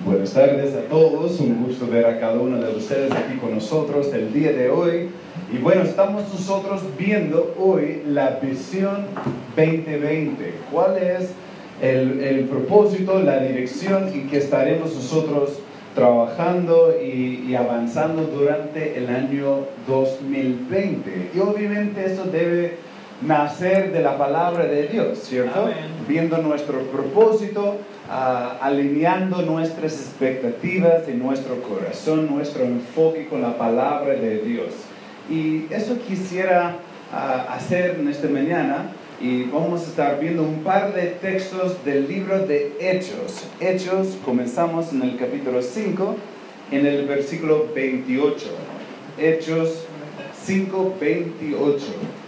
Buenas tardes a todos, un gusto ver a cada uno de ustedes aquí con nosotros el día de hoy. Y bueno, estamos nosotros viendo hoy la visión 2020. ¿Cuál es el propósito, la dirección en que estaremos nosotros trabajando y avanzando durante el año 2020? Y obviamente eso debe nacer de la palabra de Dios, ¿cierto? Amén. Viendo nuestro propósito, alineando nuestras expectativas en nuestro corazón, nuestro enfoque con la palabra de Dios. Y eso quisiera hacer en esta mañana, y vamos a estar viendo un par de textos del libro de Hechos. Hechos, comenzamos en el capítulo 5, en el versículo 28. Hechos 5, 28.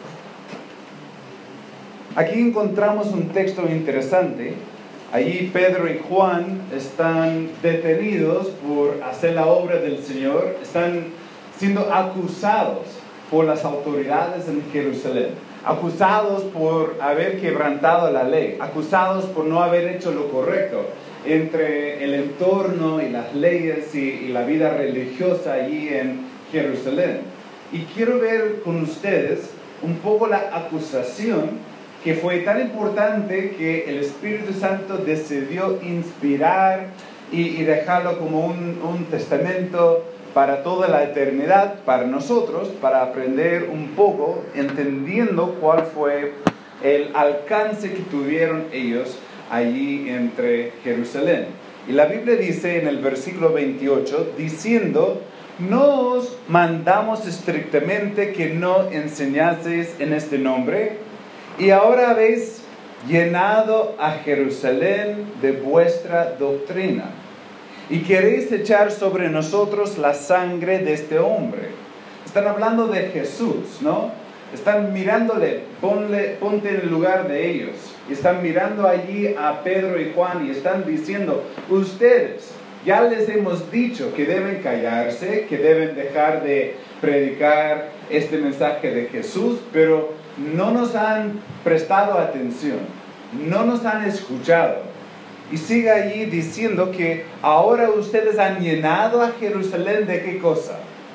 Aquí encontramos un texto interesante. Allí Pedro y Juan están detenidos por hacer la obra del Señor, están siendo acusados por las autoridades en Jerusalén, acusados por haber quebrantado la ley, acusados por no haber hecho lo correcto entre el entorno y las leyes y la vida religiosa allí en Jerusalén. Y quiero ver con ustedes un poco la acusación que fue tan importante que el Espíritu Santo decidió inspirar y dejarlo como un testamento para toda la eternidad, para nosotros, para aprender un poco, entendiendo cuál fue el alcance que tuvieron ellos allí entre Jerusalén. Y la Biblia dice en el versículo 28, diciendo: ¿no os mandamos estrictamente que no enseñaseis en este nombre? Y ahora habéis llenado a Jerusalén de vuestra doctrina, y queréis echar sobre nosotros la sangre de este hombre. Están hablando de Jesús, ¿no? Están mirándole, ponte en el lugar de ellos. Y están mirando allí a Pedro y Juan y están diciendo: ustedes, ya les hemos dicho que deben callarse, que deben dejar de predicar este mensaje de Jesús, pero no nos han prestado atención, no nos han escuchado. Y sigue allí diciendo que ahora ustedes han llenado a Jerusalén ¿de qué cosa?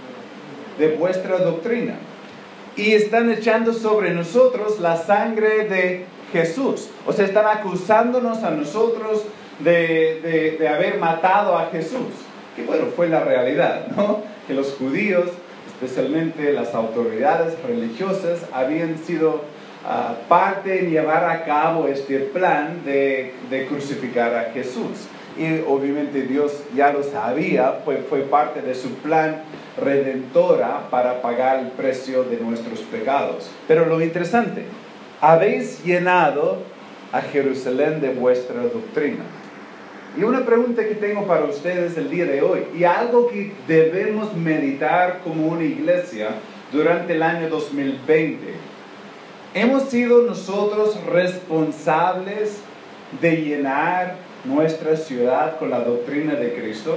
De vuestra doctrina. Y están echando sobre nosotros la sangre de Jesús. O sea, están acusándonos a nosotros de haber matado a Jesús. Que bueno, fue la realidad, ¿no? Que los judíos, especialmente las autoridades religiosas, habían sido parte en llevar a cabo este plan de crucificar a Jesús. Y obviamente Dios ya lo sabía, fue parte de su plan redentora para pagar el precio de nuestros pecados. Pero lo interesante, habéis llenado a Jerusalén de vuestra doctrina. Y una pregunta que tengo para ustedes el día de hoy, y algo que debemos meditar como una iglesia durante el año 2020. ¿Hemos sido nosotros responsables de llenar nuestra ciudad con la doctrina de Cristo?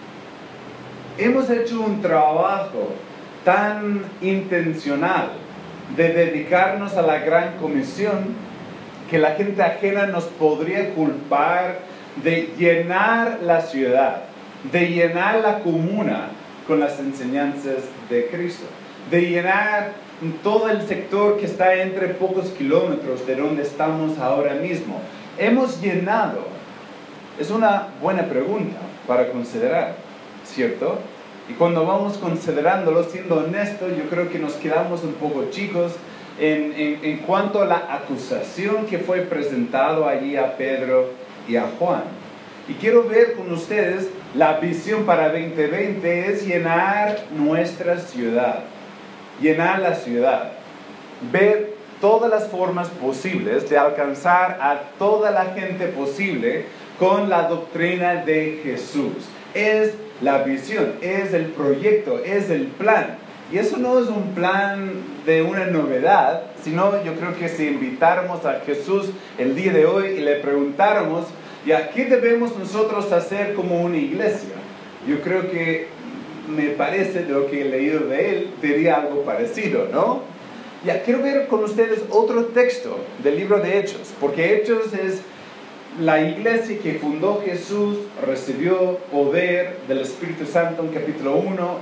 ¿Hemos hecho un trabajo tan intencional de dedicarnos a la gran comisión que la gente ajena nos podría culpar de llenar la ciudad, de llenar la comuna con las enseñanzas de Cristo, de llenar todo el sector que está entre pocos kilómetros de donde estamos ahora mismo? ¿Hemos llenado? Es una buena pregunta para considerar, ¿cierto? Y cuando vamos considerándolo, siendo honesto, yo creo que nos quedamos un poco chicos en cuanto a la acusación que fue presentado allí a Pedro y a Juan. Y quiero ver con ustedes la visión para 2020 es llenar nuestra ciudad, llenar la ciudad, ver todas las formas posibles de alcanzar a toda la gente posible con la doctrina de Jesús. Es la visión, es el proyecto, es el plan. Y eso no es un plan de una novedad, sino yo creo que si invitáramos a Jesús el día de hoy y le preguntáramos, ¿ya qué debemos nosotros hacer como una iglesia? Yo creo que, me parece, de lo que he leído de él, diría algo parecido, ¿no? Ya, quiero ver con ustedes otro texto del libro de Hechos, porque Hechos es la iglesia que fundó Jesús recibió poder del Espíritu Santo en capítulo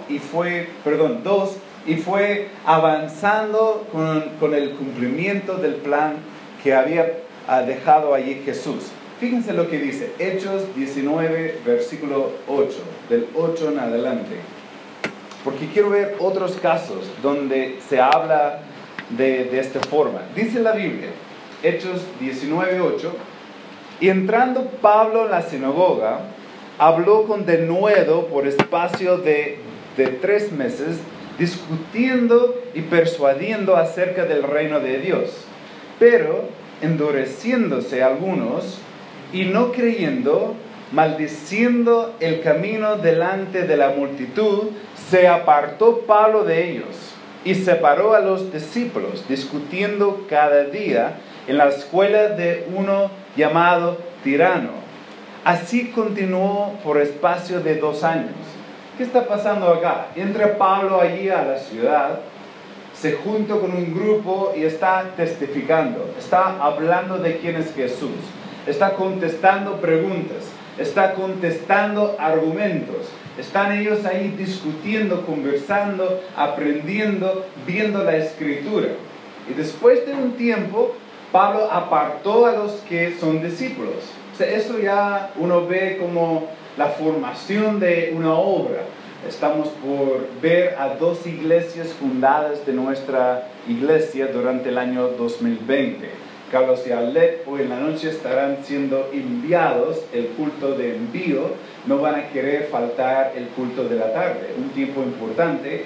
2, y fue avanzando con el cumplimiento del plan que había dejado allí Jesús. Fíjense lo que dice, Hechos 19, versículo 8, del 8 en adelante. Porque quiero ver otros casos donde se habla de esta forma. Dice la Biblia, Hechos 19, 8, y entrando Pablo en la sinagoga, habló con denuedo por espacio de 3 meses, discutiendo y persuadiendo acerca del reino de Dios. Pero, endureciéndose algunos, y no creyendo, maldiciendo el camino delante de la multitud, se apartó Pablo de ellos y separó a los discípulos, discutiendo cada día en la escuela de uno llamado Tirano. Así continuó por espacio de 2 años. ¿Qué está pasando acá? Entra Pablo allí a la ciudad, se junta con un grupo y está testificando, está hablando de quién es Jesús, está contestando preguntas, está contestando argumentos. Están ellos ahí discutiendo, conversando, aprendiendo, viendo la Escritura. Y después de un tiempo, Pablo apartó a los que son discípulos. O sea, eso ya uno ve como la formación de una obra. Estamos por ver a 2 iglesias fundadas de nuestra iglesia durante el año 2020. Carlos y Arlette hoy en la noche estarán siendo enviados, el culto de envío, no van a querer faltar el culto de la tarde, un tiempo importante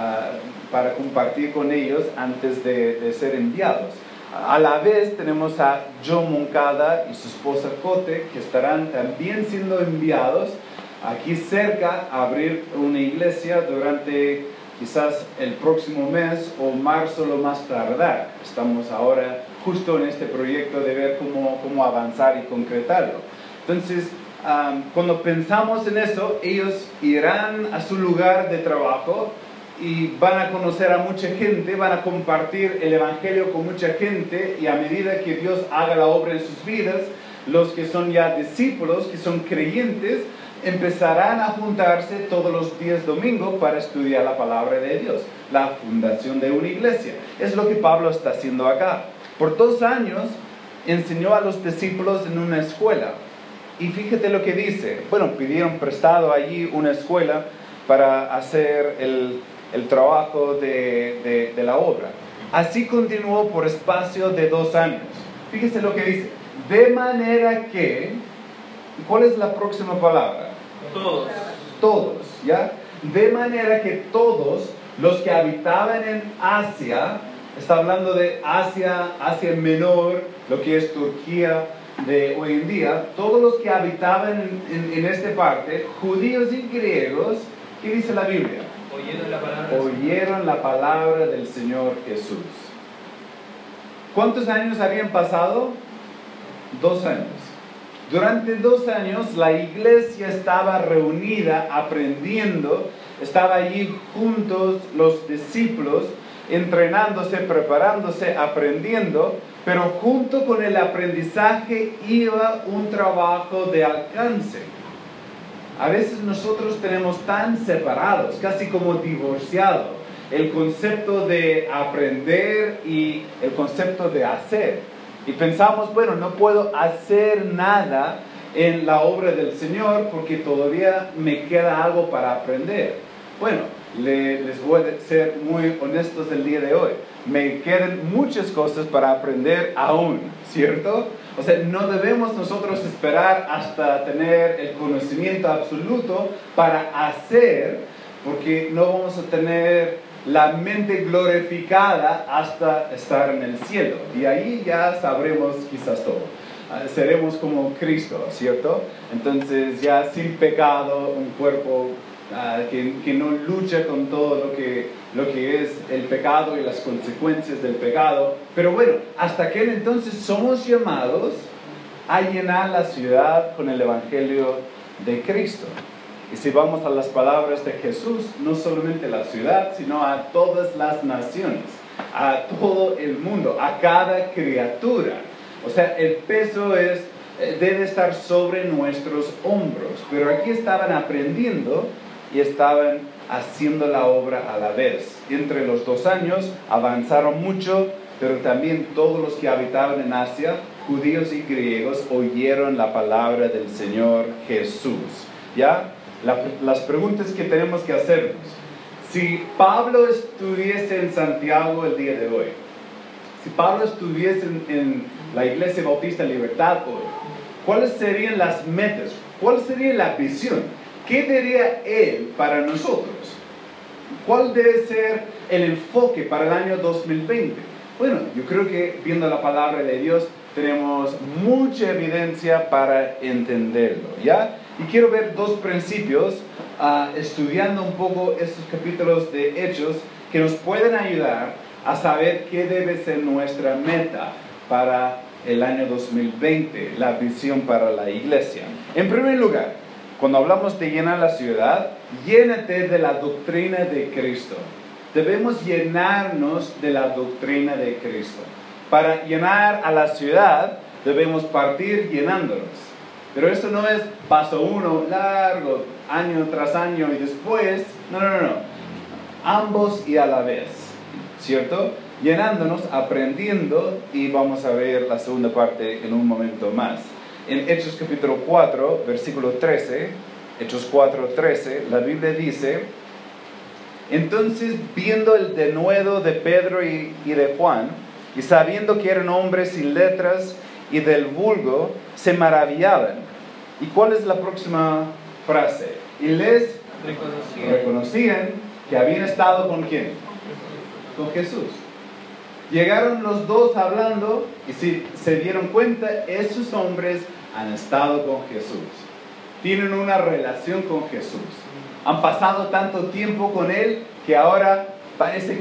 para compartir con ellos antes de ser enviados. A la vez tenemos a John Moncada y su esposa Cote, que estarán también siendo enviados aquí cerca a abrir una iglesia durante quizás el próximo mes o marzo lo más tardar. Estamos ahora justo en este proyecto de ver cómo avanzar y concretarlo. Entonces, cuando pensamos en eso, ellos irán a su lugar de trabajo y van a conocer a mucha gente, van a compartir el Evangelio con mucha gente, y a medida que Dios haga la obra en sus vidas, los que son ya discípulos, que son creyentes, empezarán a juntarse todos los días domingo para estudiar la palabra de Dios, la fundación de una iglesia. Es lo que Pablo está haciendo acá. Por 2 años enseñó a los discípulos en una escuela. Y fíjate lo que dice. Bueno, pidieron prestado allí una escuela para hacer el trabajo de la obra. Así continuó por espacio de 2 años. Fíjese lo que dice. De manera que, ¿cuál es la próxima palabra? Todos. Todos, ¿ya? De manera que todos los que habitaban en Asia, está hablando de Asia Menor, lo que es Turquía de hoy en día, todos los que habitaban en esta parte, judíos y griegos, ¿qué dice la Biblia? Oyeron la palabra del Señor Jesús. ¿Cuántos años habían pasado? 2 años. Durante 2 años la iglesia estaba reunida, aprendiendo, estaba allí juntos los discípulos, entrenándose, preparándose, aprendiendo, pero junto con el aprendizaje iba un trabajo de alcance. A veces nosotros tenemos tan separados, casi como divorciados, el concepto de aprender y el concepto de hacer. Y pensamos, bueno, no puedo hacer nada en la obra del Señor porque todavía me queda algo para aprender. Bueno, les voy a ser muy honestos el día de hoy. Me quedan muchas cosas para aprender aún, ¿cierto? O sea, no debemos nosotros esperar hasta tener el conocimiento absoluto para hacer, porque no vamos a tener la mente glorificada hasta estar en el cielo. Y ahí ya sabremos quizás todo. Seremos como Cristo, ¿cierto? Entonces ya sin pecado, un cuerpo que no lucha con todo lo que es el pecado y las consecuencias del pecado. Pero bueno, hasta aquel entonces somos llamados a llenar la ciudad con el Evangelio de Cristo. Y si vamos a las palabras de Jesús, no solamente la ciudad, sino a todas las naciones, a todo el mundo, a cada criatura. O sea, el peso es debe estar sobre nuestros hombros. Pero aquí estaban aprendiendo y estaban haciendo la obra a la vez. Entre los 2 años avanzaron mucho, pero también todos los que habitaban en Asia, judíos y griegos, oyeron la palabra del Señor Jesús. ¿Ya? Las preguntas que tenemos que hacernos. Si Pablo estuviese en Santiago el día de hoy, si Pablo estuviese en la Iglesia Bautista Libertad hoy, ¿cuáles serían las metas? ¿Cuál sería la visión? ¿Qué diría él para nosotros? ¿Cuál debe ser el enfoque para el año 2020? Bueno, yo creo que viendo la palabra de Dios tenemos mucha evidencia para entenderlo, ¿ya? Y quiero ver 2 principios, estudiando un poco estos capítulos de Hechos, que nos pueden ayudar a saber qué debe ser nuestra meta para el año 2020, la visión para la iglesia. En primer lugar, cuando hablamos de llenar la ciudad, llénate de la doctrina de Cristo. Debemos llenarnos de la doctrina de Cristo. Para llenar a la ciudad, debemos partir llenándonos. Pero esto no es paso 1, largo, año tras año y después. No. Ambos y a la vez, ¿cierto? Llenándonos, aprendiendo, y vamos a ver la segunda parte en un momento más. En Hechos capítulo 4, versículo 13, Hechos 4, 13, la Biblia dice: entonces, viendo el denuedo de Pedro y de Juan, y sabiendo que eran hombres sin letras y del vulgo, se maravillaban. ¿Y cuál es la próxima frase? Y les reconocían que habían estado ¿con quién? Con Jesús. Llegaron los 2 hablando y se dieron cuenta, esos hombres han estado con Jesús. Tienen una relación con Jesús. Han pasado tanto tiempo con Él que ahora parece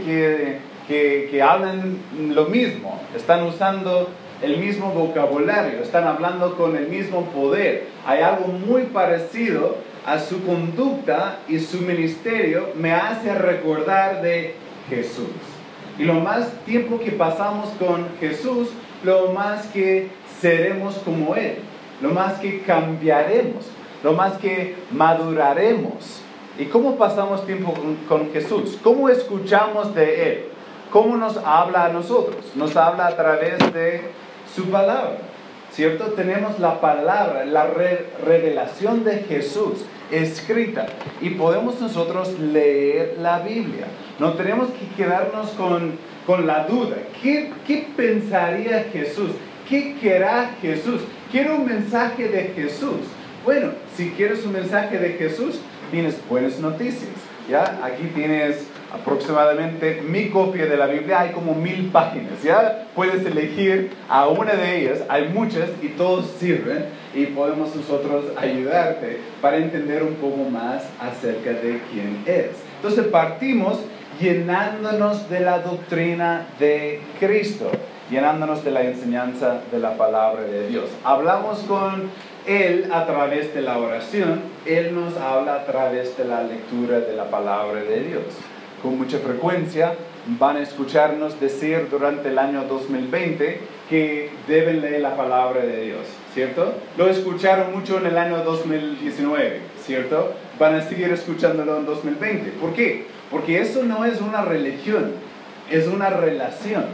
que hablan lo mismo. Están usando el mismo vocabulario, están hablando con el mismo poder. Hay algo muy parecido a su conducta y su ministerio, me hace recordar de Jesús. Y lo más tiempo que pasamos con Jesús, lo más que seremos como Él, lo más que cambiaremos, lo más que maduraremos. ¿Y cómo pasamos tiempo con Jesús? ¿Cómo escuchamos de Él? ¿Cómo nos habla a nosotros? Nos habla a través de su palabra, ¿cierto? Tenemos la palabra, la revelación de Jesús escrita y podemos nosotros leer la Biblia. No tenemos que quedarnos con la duda. ¿Qué pensaría Jesús? ¿Qué querrá Jesús? Quiero un mensaje de Jesús. Bueno, si quieres un mensaje de Jesús, tienes buenas noticias. ¿Ya? Aquí tienes aproximadamente mi copia de la Biblia, hay como 1000 páginas, ¿ya? Puedes elegir a una de ellas, hay muchas y todos sirven y podemos nosotros ayudarte para entender un poco más acerca de quién eres. Entonces partimos llenándonos de la doctrina de Cristo, llenándonos de la enseñanza de la palabra de Dios. Hablamos con Él a través de la oración, Él nos habla a través de la lectura de la palabra de Dios. Con mucha frecuencia van a escucharnos decir durante el año 2020 que deben leer la palabra de Dios, ¿cierto? Lo escucharon mucho en el año 2019, ¿cierto? Van a seguir escuchándolo en 2020. ¿Por qué? Porque eso no es una religión, es una relación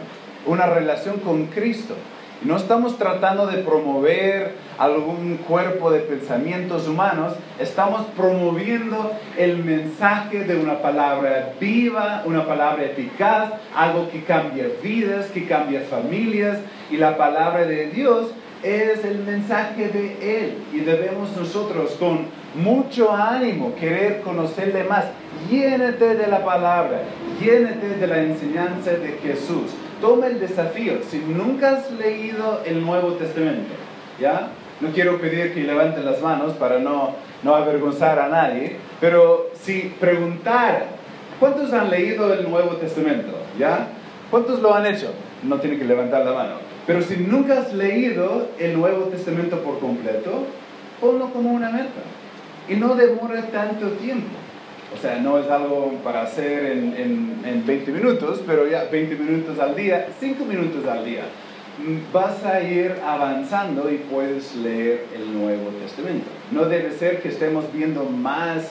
con Cristo. Y no estamos tratando de promover algún cuerpo de pensamientos humanos, estamos promoviendo el mensaje de una palabra viva, una palabra eficaz, algo que cambia vidas, que cambia familias, y la palabra de Dios es el mensaje de Él, y debemos nosotros con mucho ánimo querer conocerle más. Llénate de la palabra, llénate de la enseñanza de Jesús. Toma el desafío. Si nunca has leído el Nuevo Testamento, ¿ya? No quiero pedir que levanten las manos para no avergonzar a nadie, pero si preguntara, ¿cuántos han leído el Nuevo Testamento? ¿Ya? ¿Cuántos lo han hecho? No tienen que levantar la mano. Pero si nunca has leído el Nuevo Testamento por completo, ponlo como una meta. Y no demora tanto tiempo. O sea, no es algo para hacer en 20 minutos, pero ya 20 minutos al día, 5 minutos al día. vas a ir avanzando y puedes leer el Nuevo Testamento. No debe ser que estemos viendo más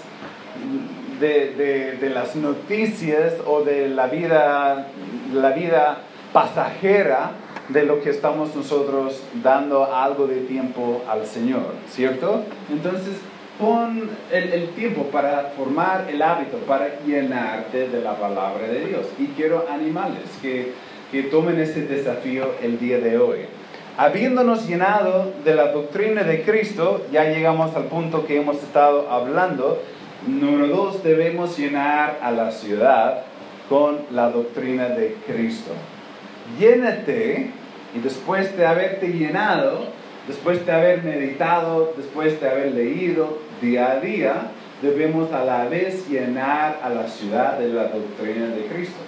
de las noticias o de la vida pasajera de lo que estamos nosotros dando algo de tiempo al Señor, ¿cierto? Entonces, pon el tiempo para formar el hábito, para llenarte de la palabra de Dios. Y quiero animarles que tomen ese desafío el día de hoy. Habiéndonos llenado de la doctrina de Cristo, ya llegamos al punto que hemos estado hablando. Número 2, debemos llenar a la ciudad con la doctrina de Cristo. Llénate, y después de haberte llenado, después de haber meditado, después de haber leído día a día, debemos a la vez llenar a la ciudad de la doctrina de Cristo.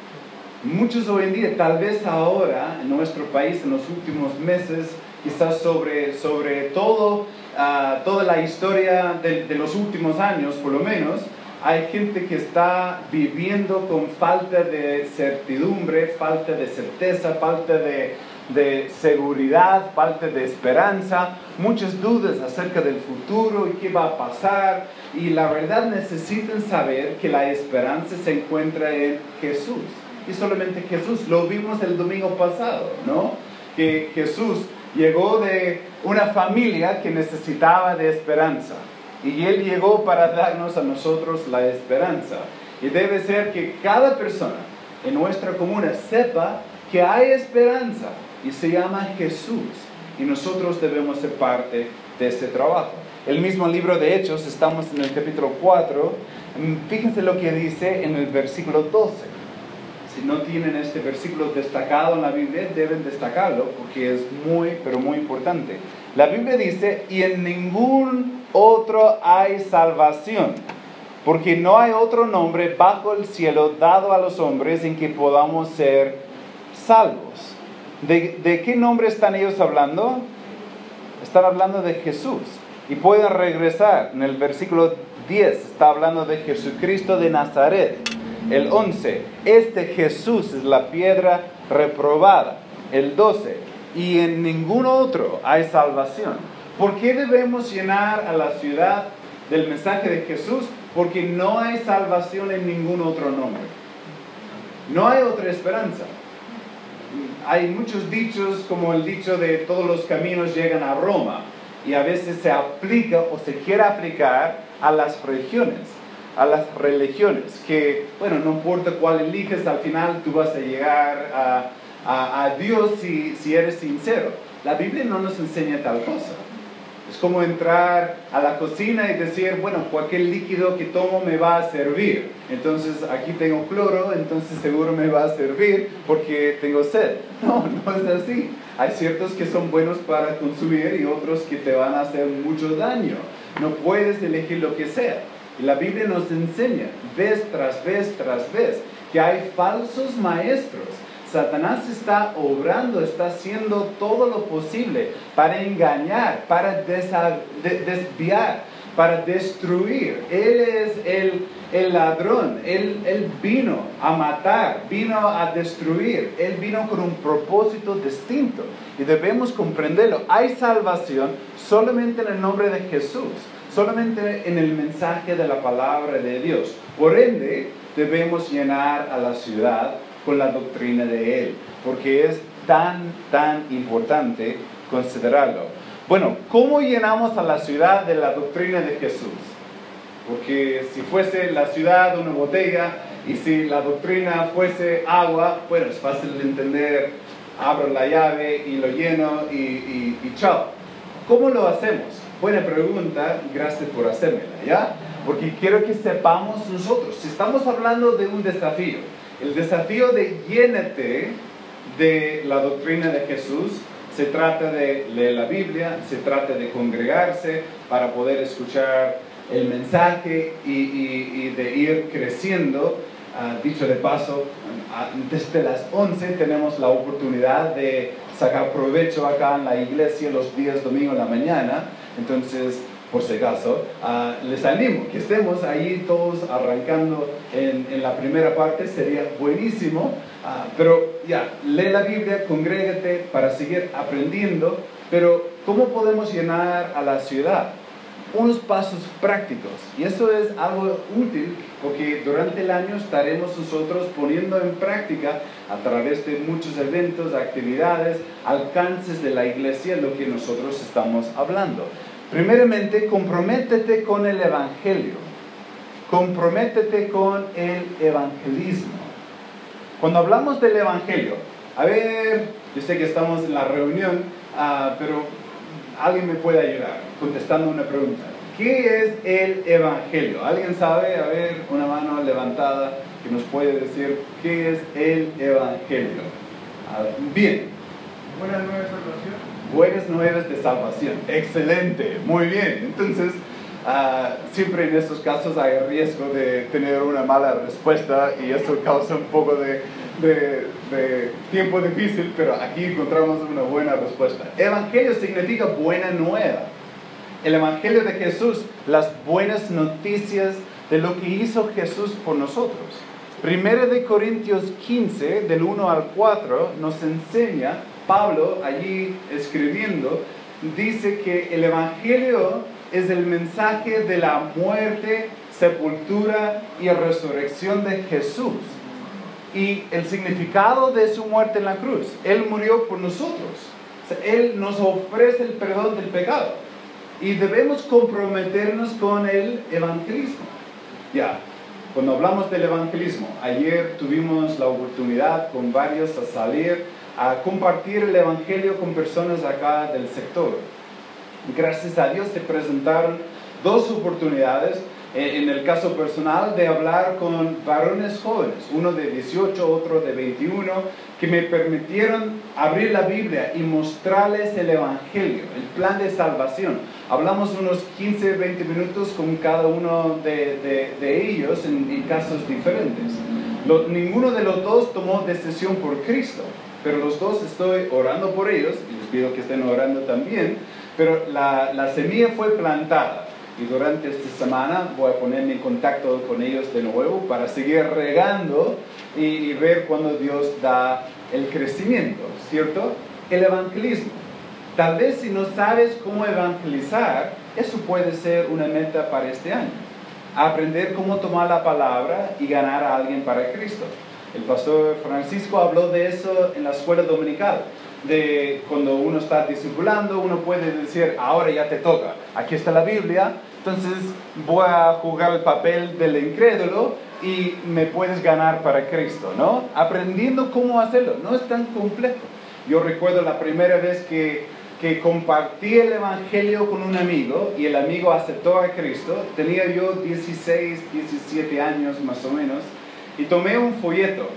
Muchos hoy en día, tal vez ahora en nuestro país, en los últimos meses, quizás sobre todo, toda la historia de los últimos años, por lo menos, hay gente que está viviendo con falta de certidumbre, falta de certeza, falta de seguridad, falta de esperanza, muchas dudas acerca del futuro y qué va a pasar. Y la verdad necesitan saber que la esperanza se encuentra en Jesús. Y solamente Jesús. Lo vimos el domingo pasado, ¿no? Que Jesús llegó de una familia que necesitaba de esperanza. Y Él llegó para darnos a nosotros la esperanza. Y debe ser que cada persona en nuestra comuna sepa que hay esperanza. Y se llama Jesús. Y nosotros debemos ser parte de ese trabajo. El mismo libro de Hechos, estamos en el capítulo 4. Fíjense lo que dice en el versículo 12. Si no tienen este versículo destacado en la Biblia, deben destacarlo porque es muy, pero muy importante. La Biblia dice, y en ningún otro hay salvación, porque no hay otro nombre bajo el cielo dado a los hombres en que podamos ser salvos. ¿De qué nombre están ellos hablando? Están hablando de Jesús. Y pueden regresar, en el versículo 10, está hablando de Jesucristo de Nazaret. El 11, este Jesús es la piedra reprobada. El 12, y en ningún otro hay salvación. ¿Por qué debemos llenar a la ciudad del mensaje de Jesús? Porque no hay salvación en ningún otro nombre. No hay otra esperanza. Hay muchos dichos, como el dicho de todos los caminos llegan a Roma, y a veces se aplica o se quiere aplicar a las religiones, que, bueno, no importa cuál eliges, al final tú vas a llegar a Dios si eres sincero. La Biblia no nos enseña tal cosa. Es como entrar a la cocina y decir, bueno, cualquier líquido que tomo me va a servir. Entonces, aquí tengo cloro, entonces seguro me va a servir porque tengo sed. No, no es así. Hay ciertos que son buenos para consumir y otros que te van a hacer mucho daño. No puedes elegir lo que sea. Y la Biblia nos enseña, vez tras vez tras vez, que hay falsos maestros. Satanás está obrando, está haciendo todo lo posible para engañar, para desviar, para destruir. Él es el ladrón. Él vino a matar, vino a destruir. Él vino con un propósito distinto. Y debemos comprenderlo. Hay salvación solamente en el nombre de Jesús. Solamente en el mensaje de la palabra de Dios. Por ende, debemos llenar a la ciudad con la doctrina de Él, porque es tan importante considerarlo. Bueno, ¿cómo llenamos a la ciudad de la doctrina de Jesús? Porque si fuese la ciudad una botella y si la doctrina fuese agua, bueno, es fácil de entender, abro la llave y lo lleno y chao. ¿Cómo lo hacemos? Buena pregunta, gracias por hacérmela, ¿ya? Porque quiero que sepamos nosotros, si estamos hablando de un desafío, el desafío de llénate de la doctrina de Jesús, se trata de leer la Biblia, se trata de congregarse para poder escuchar el mensaje y de ir creciendo. Dicho de paso, desde las 11 tenemos la oportunidad de sacar provecho acá en la iglesia los días domingo en la mañana. Entonces, por si acaso, les animo que estemos ahí todos arrancando en la primera parte, sería buenísimo. Pero ya, lee la Biblia, congrégate para seguir aprendiendo, pero ¿cómo podemos llenar a la ciudad? Unos pasos prácticos. Y eso es algo útil porque durante el año estaremos nosotros poniendo en práctica a través de muchos eventos, actividades, alcances de la iglesia, lo que nosotros estamos hablando. Primeramente, comprométete con el Evangelio. Comprométete con el evangelismo. Cuando hablamos del Evangelio, a ver, yo sé que estamos en la reunión, pero alguien me puede ayudar contestando una pregunta. ¿Qué es el Evangelio? ¿Alguien sabe? A ver, una mano levantada que nos puede decir qué es el Evangelio. Bien. Buenas nuevas de salvación. Buenas nuevas de salvación. Excelente. Muy bien. Entonces, siempre en estos casos hay riesgo de tener una mala respuesta y eso causa un poco de tiempo difícil, pero aquí encontramos una buena respuesta. Evangelio significa buena nueva. El Evangelio de Jesús, las buenas noticias de lo que hizo Jesús por nosotros. 1 Corintios 15, del 1 al 4, nos enseña, Pablo allí escribiendo, dice que el Evangelio es el mensaje de la muerte, sepultura y resurrección de Jesús. Y el significado de su muerte en la cruz. Él murió por nosotros. O sea, Él nos ofrece el perdón del pecado. Y debemos comprometernos con el evangelismo. Ya, cuando hablamos del evangelismo, ayer tuvimos la oportunidad con varios a salir a compartir el evangelio con personas acá del sector. Gracias a Dios se presentaron dos oportunidades. En el caso personal de hablar con varones jóvenes, uno de 18, otro de 21, que me permitieron abrir la Biblia y mostrarles el Evangelio, el plan de salvación. Hablamos unos 15, 20 minutos con cada uno de ellos en casos diferentes. Ninguno de los dos tomó decisión por Cristo, pero los dos estoy orando por ellos, y les pido que estén orando también, pero la semilla fue plantada. Y durante esta semana voy a ponerme en contacto con ellos de nuevo para seguir regando y ver cuando Dios da el crecimiento, ¿cierto? El evangelismo. Tal vez si no sabes cómo evangelizar, eso puede ser una meta para este año. Aprender cómo tomar la palabra y ganar a alguien para Cristo. El pastor Francisco habló de eso en la escuela dominical. De cuando uno está discipulando, uno puede decir, ahora ya te toca, aquí está la Biblia, entonces voy a jugar el papel del incrédulo y me puedes ganar para Cristo, ¿no? Aprendiendo cómo hacerlo, no es tan complejo. Yo recuerdo la primera vez que compartí el Evangelio con un amigo y el amigo aceptó a Cristo, tenía yo 16, 17 años más o menos, y tomé un folleto.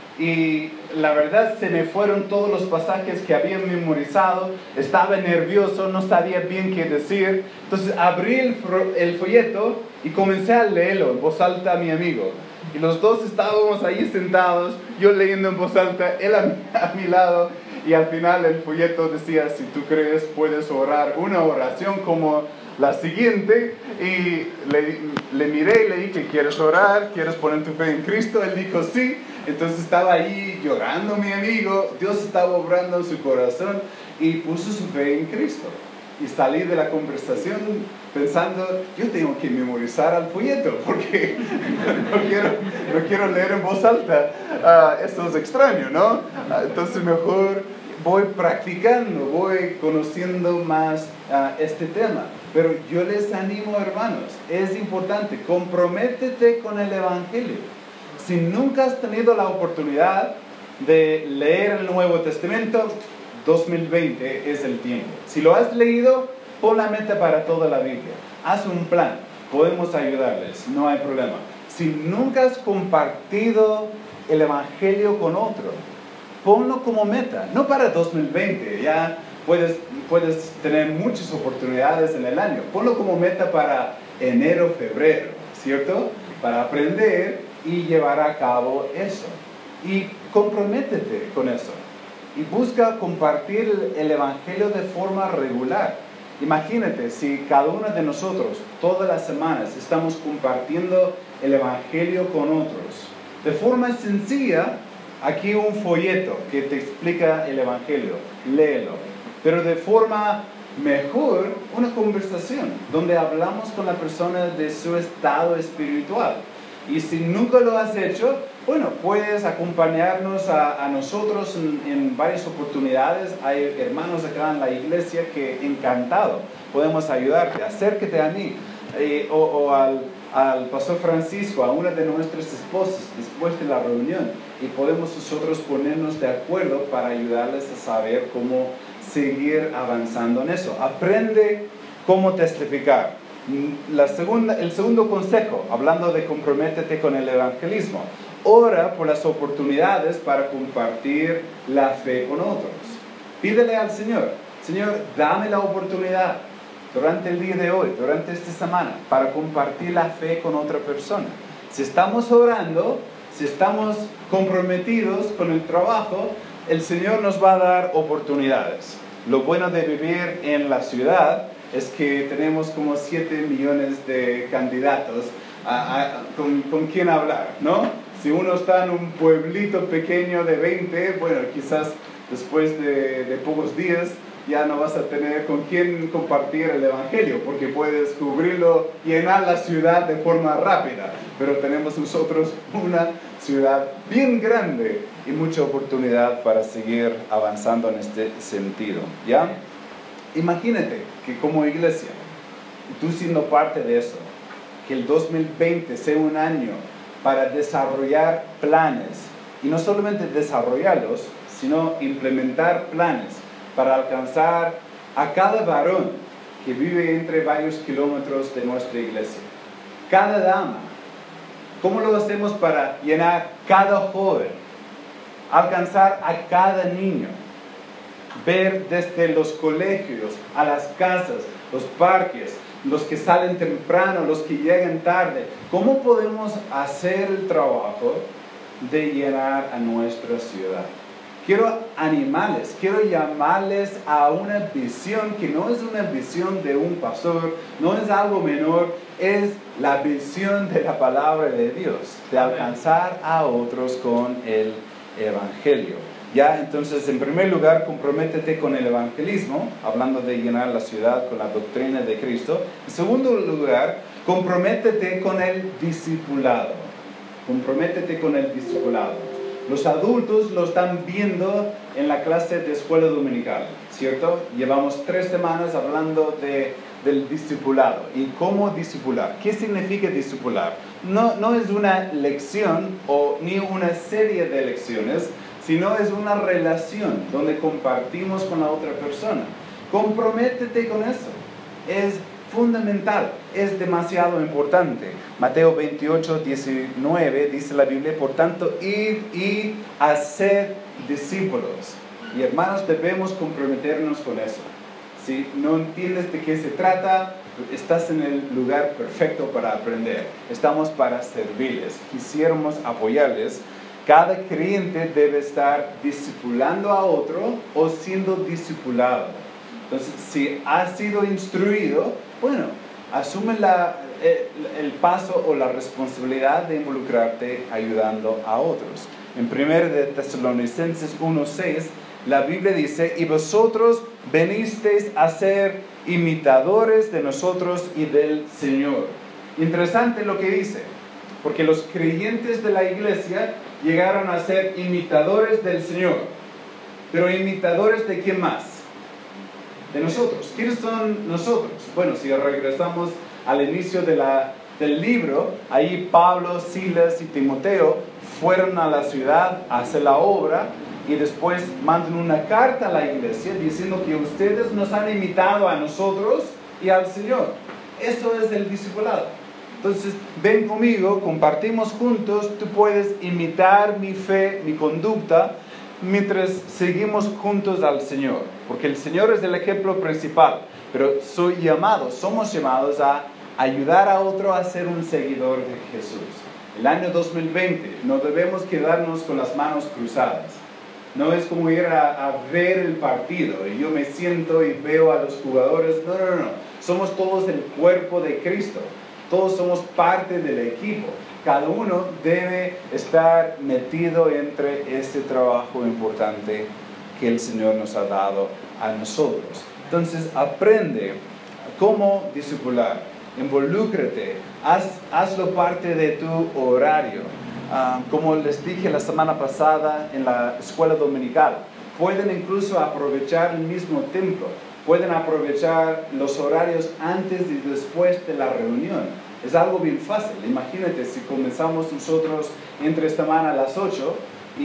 Y la verdad se me fueron todos los pasajes que había memorizado, estaba nervioso, no sabía bien qué decir, entonces abrí el folleto y comencé a leerlo en voz alta a mi amigo. Y los dos estábamos ahí sentados, yo leyendo en voz alta, él a mi lado, y al final el folleto decía, si tú crees puedes orar una oración como la siguiente, y le miré y le dije, ¿quieres orar? ¿Quieres poner tu fe en Cristo? Él dijo, sí. Entonces estaba ahí llorando mi amigo, Dios estaba obrando en su corazón y puso su fe en Cristo. Y salí de la conversación pensando, yo tengo que memorizar al folleto porque no quiero leer en voz alta. Esto es extraño, ¿no? Entonces mejor voy practicando, voy conociendo más este tema. Pero yo les animo, hermanos, es importante, comprométete con el Evangelio. Si nunca has tenido la oportunidad de leer el Nuevo Testamento, 2020 es el tiempo. Si lo has leído, pon la meta para toda la Biblia. Haz un plan, podemos ayudarles, no hay problema. Si nunca has compartido el Evangelio con otro, ponlo como meta, no para 2020, ya puedes tener muchas oportunidades en el año. Ponlo como meta para enero, febrero, ¿cierto? Para aprender y llevar a cabo eso. Y comprométete con eso. Y busca compartir el Evangelio de forma regular. Imagínate si cada uno de nosotros, todas las semanas, estamos compartiendo el Evangelio con otros. De forma sencilla, aquí un folleto que te explica el Evangelio, léelo. Pero de forma mejor, una conversación donde hablamos con la persona de su estado espiritual. Y si nunca lo has hecho, bueno, puedes acompañarnos a nosotros en varias oportunidades. Hay hermanos acá en la iglesia que encantado podemos ayudarte. Acércate a mí o al pastor Francisco, a una de nuestras esposas después de la reunión, y podemos nosotros ponernos de acuerdo para ayudarles a saber cómo seguir avanzando en eso. Aprende cómo testificar. El segundo consejo, hablando de comprométete con el evangelismo, ora por las oportunidades para compartir la fe con otros. Pídele al Señor, Señor, dame la oportunidad durante el día de hoy, durante esta semana, para compartir la fe con otra persona. Si estamos orando, si estamos comprometidos con el trabajo, el Señor nos va a dar oportunidades. Lo bueno de vivir en la ciudad es que tenemos como 7 millones de candidatos con quien hablar, ¿no? Si uno está en un pueblito pequeño de 20, bueno, quizás después de pocos días ya no vas a tener con quién compartir el Evangelio, porque puedes cubrirlo, llenar la ciudad de forma rápida. Pero tenemos nosotros una ciudad bien grande y mucha oportunidad para seguir avanzando en este sentido, ¿ya? Imagínate que como iglesia, tú siendo parte de eso, que el 2020 sea un año para desarrollar planes, y no solamente desarrollarlos, sino implementar planes para alcanzar a cada varón que vive entre varios kilómetros de nuestra iglesia, cada dama. ¿Cómo lo hacemos para llenar cada joven? Alcanzar a cada niño. Ver desde los colegios, a las casas, los parques, los que salen temprano, los que llegan tarde. ¿Cómo podemos hacer el trabajo de llenar a nuestra ciudad? Quiero animarles, quiero llamarles a una visión que no es una visión de un pastor, no es algo menor, es la visión de la palabra de Dios, de alcanzar a otros con el Evangelio. Ya, entonces, en primer lugar, comprométete con el evangelismo, hablando de llenar la ciudad con la doctrina de Cristo. En segundo lugar, comprométete con el discipulado. Comprométete con el discipulado. Los adultos lo están viendo en la clase de escuela dominical, ¿cierto? Llevamos 3 semanas hablando del discipulado y cómo discipular. ¿Qué significa discipular? No es una lección ni una serie de lecciones, sino es una relación donde compartimos con la otra persona. Comprométete con eso. Es fundamental, es demasiado importante. Mateo 28, 19 dice la Biblia, por tanto, id y haced discípulos. Y hermanos, debemos comprometernos con eso. Si no entiendes de qué se trata, estás en el lugar perfecto para aprender. Estamos para servirles. Quisiéramos apoyarles. Cada creyente debe estar discipulando a otro o siendo discipulado. Entonces, si has sido instruido, bueno, asume el paso o la responsabilidad de involucrarte ayudando a otros. En 1 de Tesalonicenses 1:6, la Biblia dice, y vosotros venisteis a ser imitadores de nosotros y del Señor. Interesante lo que dice, porque los creyentes de la iglesia llegaron a ser imitadores del Señor. Pero imitadores ¿de quién más? De nosotros. ¿Quiénes son nosotros? Bueno, si regresamos al inicio del libro, ahí Pablo, Silas y Timoteo fueron a la ciudad a hacer la obra y después mandan una carta a la iglesia diciendo que ustedes nos han imitado a nosotros y al Señor. Eso es el discipulado. Entonces, ven conmigo, compartimos juntos, tú puedes imitar mi fe, mi conducta, mientras seguimos juntos al Señor. Porque el Señor es el ejemplo principal, pero somos llamados a ayudar a otro a ser un seguidor de Jesús. El año 2020, no debemos quedarnos con las manos cruzadas. No es como ir a ver el partido y yo me siento y veo a los jugadores. No. Somos todos el cuerpo de Cristo. Todos somos parte del equipo. cada uno debe estar metido entre este trabajo importante que el Señor nos ha dado a nosotros. Entonces, aprende cómo discipular, involúcrate, hazlo parte de tu horario. Como les dije la semana pasada en la escuela dominical, pueden incluso aprovechar el mismo templo, pueden aprovechar los horarios antes y después de la reunión. Es algo bien fácil. Imagínate si comenzamos nosotros entre semana a las 8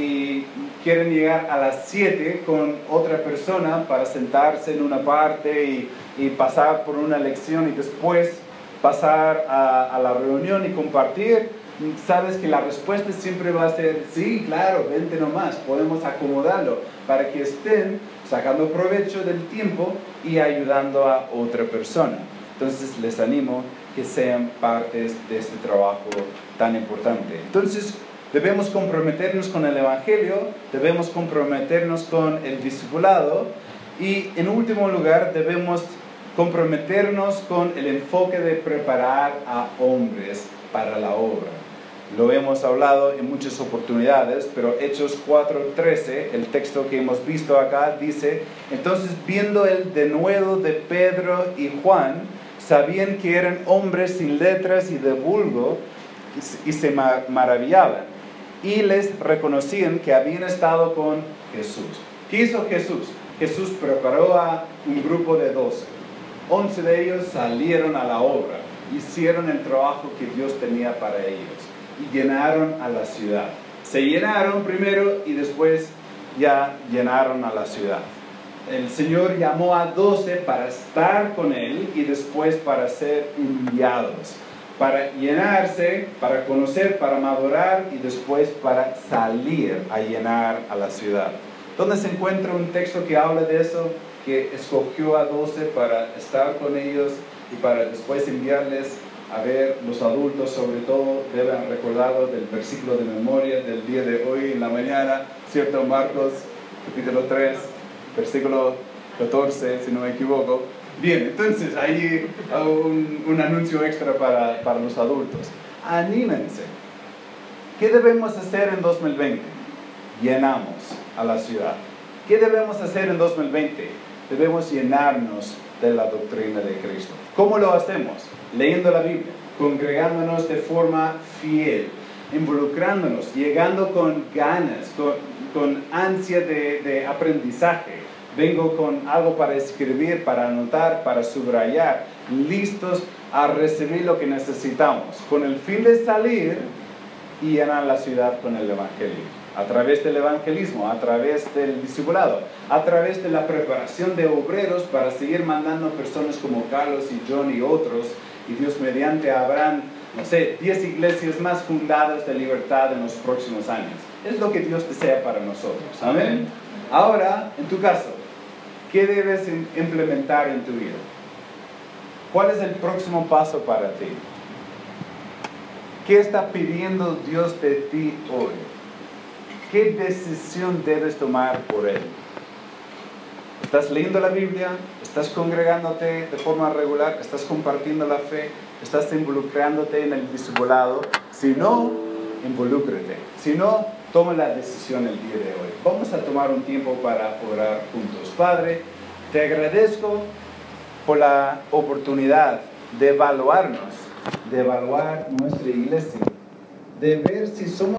y quieren llegar a las 7 con otra persona para sentarse en una parte y pasar por una lección y después pasar a la reunión y compartir. Sabes que la respuesta siempre va a ser, sí, claro, vente nomás, podemos acomodarlo para que estén sacando provecho del tiempo y ayudando a otra persona. Entonces les animo que sean partes de este trabajo tan importante. Entonces debemos comprometernos con el Evangelio, debemos comprometernos con el discipulado y en último lugar debemos comprometernos con el enfoque de preparar a hombres para la obra. Lo hemos hablado en muchas oportunidades, pero Hechos 4:13, el texto que hemos visto acá, dice: entonces viendo el denuedo de Pedro y Juan, sabían que eran hombres sin letras y de vulgo, y se maravillaban, y les reconocían que habían estado con Jesús. ¿Qué hizo Jesús? Jesús preparó a un grupo de 12. 11 de ellos salieron a la obra, hicieron el trabajo que Dios tenía para ellos y llenaron a la ciudad. Se llenaron primero y después ya llenaron a la ciudad. El Señor llamó a 12 para estar con Él y después para ser enviados, para llenarse, para conocer, para madurar y después para salir a llenar a la ciudad. ¿Dónde se encuentra un texto que habla de eso? Que escogió a 12 para estar con ellos y para después enviarles a ver. Los adultos sobre todo deben recordarlo del versículo de memoria del día de hoy en la mañana, ¿cierto? Marcos capítulo 3, versículo 14, si no me equivoco. Bien, entonces hay un anuncio extra para los adultos. Anímense. ¿Qué debemos hacer en 2020? Llenamos a la ciudad. ¿Qué debemos hacer en 2020? Debemos llenarnos de la doctrina de Cristo. ¿Cómo lo hacemos? Leyendo la Biblia, congregándonos de forma fiel, involucrándonos, llegando con ganas, con ansia de aprendizaje. Vengo con algo para escribir, para anotar, para subrayar, listos a recibir lo que necesitamos, con el fin de salir y llenar la ciudad con el Evangelio. A través del evangelismo, a través del discipulado, a través de la preparación de obreros para seguir mandando personas como Carlos y John y otros, y Dios mediante habrán, 10 iglesias más fundadas de libertad en los próximos años. Es lo que Dios desea para nosotros. Amén. Ahora, en tu caso, ¿qué debes implementar en tu vida? ¿Cuál es el próximo paso para ti? ¿Qué está pidiendo Dios de ti hoy? ¿Qué decisión debes tomar por Él? ¿Estás leyendo la Biblia? ¿Estás congregándote de forma regular? ¿Estás compartiendo la fe? ¿Estás involucrándote en el discipulado? Si no, involúcrate. Si no, toma la decisión el día de hoy. Vamos a tomar un tiempo para orar juntos. Padre, te agradezco por la oportunidad de evaluarnos, de evaluar nuestra iglesia, de ver si somos